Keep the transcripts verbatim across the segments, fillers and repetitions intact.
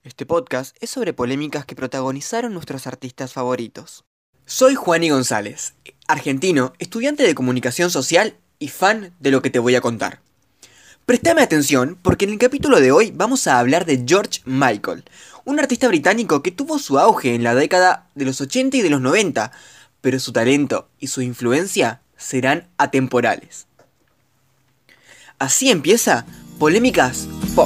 Este podcast es sobre polémicas que protagonizaron nuestros artistas favoritos. Soy Juani González, argentino, estudiante de comunicación social y fan de lo que te voy a contar. Prestame atención porque en el capítulo de hoy vamos a hablar de George Michael, un artista británico que tuvo su auge en la década de los ochenta y de los noventa, pero su talento y su influencia serán atemporales. Así empieza Polémicas Pop.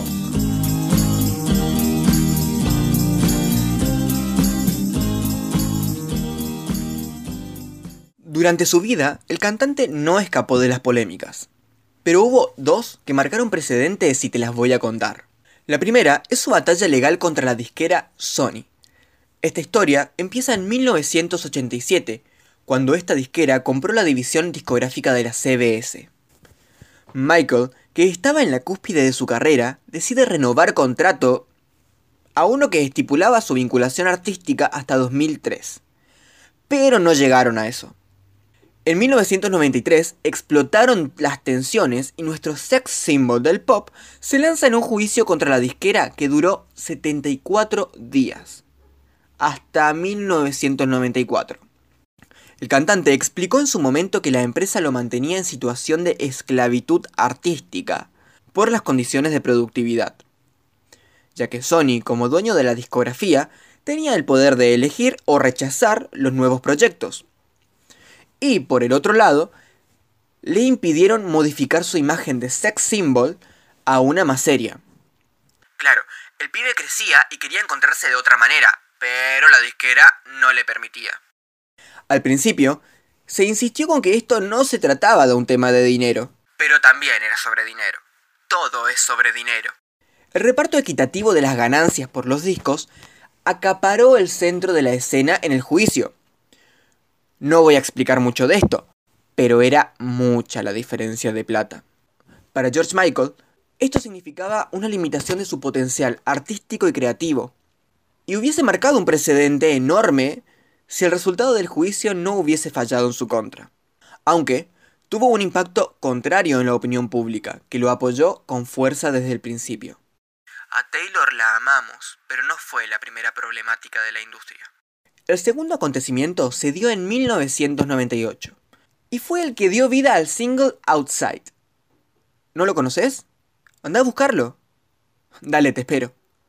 Durante su vida, el cantante no escapó de las polémicas, pero hubo dos que marcaron precedentes y te las voy a contar. La primera es su batalla legal contra la disquera Sony. Esta historia empieza en mil novecientos ochenta y siete, cuando esta disquera compró la división discográfica de la C B S. Michael, que estaba en la cúspide de su carrera, decide renovar contrato a uno que estipulaba su vinculación artística hasta dos mil tres. Pero no llegaron a eso. En mil novecientos noventa y tres explotaron las tensiones y nuestro sex symbol del pop se lanza en un juicio contra la disquera que duró setenta y cuatro días, hasta mil novecientos noventa y cuatro. El cantante explicó en su momento que la empresa lo mantenía en situación de esclavitud artística por las condiciones de productividad, ya que Sony, como dueño de la discografía, tenía el poder de elegir o rechazar los nuevos proyectos. Y por el otro lado, le impidieron modificar su imagen de sex symbol a una más seria. Claro, el pibe crecía y quería encontrarse de otra manera, pero la disquera no le permitía. Al principio, se insistió con que esto no se trataba de un tema de dinero. Pero también era sobre dinero. Todo es sobre dinero. El reparto equitativo de las ganancias por los discos acaparó el centro de la escena en el juicio. No voy a explicar mucho de esto, pero era mucha la diferencia de plata. Para George Michael, esto significaba una limitación de su potencial artístico y creativo, y hubiese marcado un precedente enorme si el resultado del juicio no hubiese fallado en su contra. Aunque tuvo un impacto contrario en la opinión pública, que lo apoyó con fuerza desde el principio. A Taylor la amamos, pero no fue la primera problemática de la industria. El segundo acontecimiento se dio en mil novecientos noventa y ocho, y fue el que dio vida al single Outside. ¿No lo conoces? Anda a buscarlo. Dale, te espero.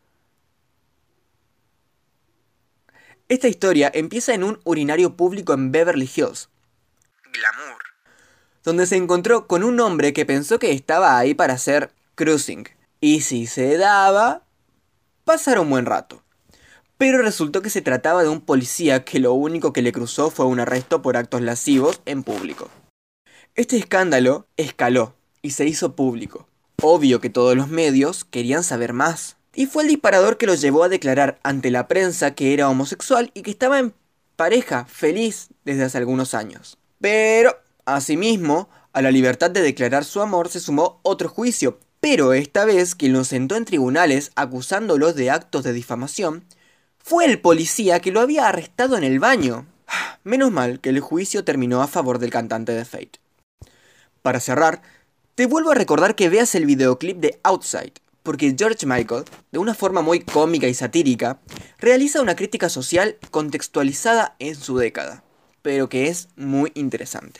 Esta historia empieza en un urinario público en Beverly Hills, glamour, donde se encontró con un hombre que pensó que estaba ahí para hacer cruising, y si se daba, pasar un buen rato. Pero resultó que se trataba de un policía que lo único que le cruzó fue un arresto por actos lascivos en público. Este escándalo escaló y se hizo público. Obvio que todos los medios querían saber más. Y fue el disparador que lo llevó a declarar ante la prensa que era homosexual y que estaba en pareja feliz desde hace algunos años. Pero, asimismo, a la libertad de declarar su amor se sumó otro juicio. Pero esta vez quien lo sentó en tribunales acusándolos de actos de difamación fue el policía que lo había arrestado en el baño. Menos mal que el juicio terminó a favor del cantante de Fate. Para cerrar, te vuelvo a recordar que veas el videoclip de Outside, porque George Michael, de una forma muy cómica y satírica, realiza una crítica social contextualizada en su década, pero que es muy interesante.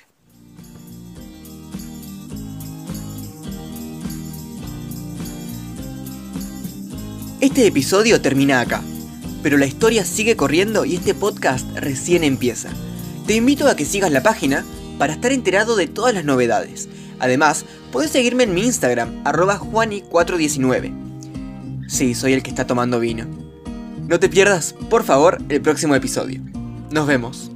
Este episodio termina acá, pero la historia sigue corriendo y este podcast recién empieza. Te invito a que sigas la página para estar enterado de todas las novedades. Además, podés seguirme en mi Instagram, arroba juani cuatro diecinueve. Sí, soy el que está tomando vino. No te pierdas, por favor, el próximo episodio. Nos vemos.